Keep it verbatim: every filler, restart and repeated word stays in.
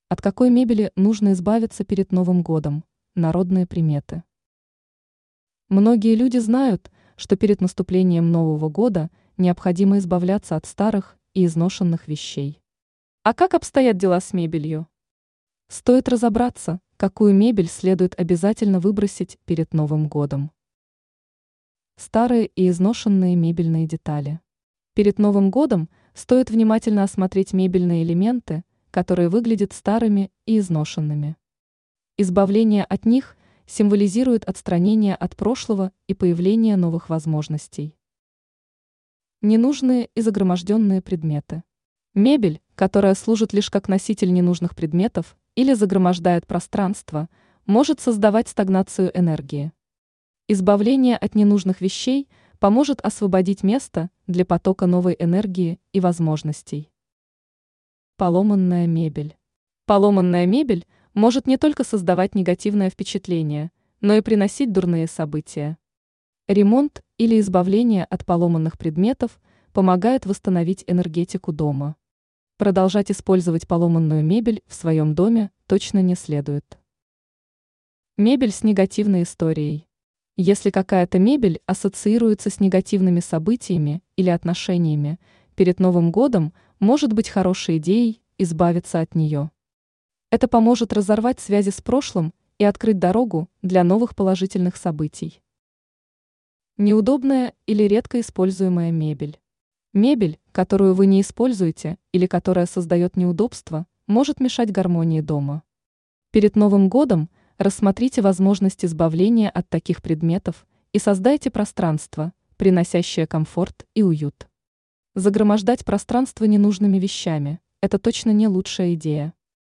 От какой мебели нужно избавиться перед Новым годом? Народные приметы. Многие люди знают, что перед наступлением Нового года необходимо избавляться от старых и изношенных вещей. А как обстоят дела с мебелью? Стоит разобраться, какую мебель следует обязательно выбросить перед Новым годом. Старые и изношенные мебельные детали. Перед Новым годом стоит внимательно осмотреть мебельные элементы, которые выглядят старыми и изношенными. Избавление от них символизирует отстранение от прошлого и появление новых возможностей. Ненужные и загроможденные предметы. Мебель, которая служит лишь как носитель ненужных предметов или загромождает пространство, может создавать стагнацию энергии. Избавление от ненужных вещей поможет освободить место для потока новой энергии и возможностей. Поломанная мебель. Поломанная мебель может не только создавать негативное впечатление, но и приносить дурные события. Ремонт или избавление от поломанных предметов помогает восстановить энергетику дома. Продолжать использовать поломанную мебель в своем доме точно не следует. Мебель с негативной историей. Если какая-то мебель ассоциируется с негативными событиями или отношениями, перед Новым годом может быть хорошей идеей избавиться от нее. Это поможет разорвать связи с прошлым и открыть дорогу для новых положительных событий. Неудобная или редко используемая мебель. Мебель, которую вы не используете или которая создает неудобства, может мешать гармонии дома. Перед Новым годом рассмотрите возможность избавления от таких предметов и создайте пространство, приносящее комфорт и уют. Загромождать пространство ненужными вещами – это точно не лучшая идея.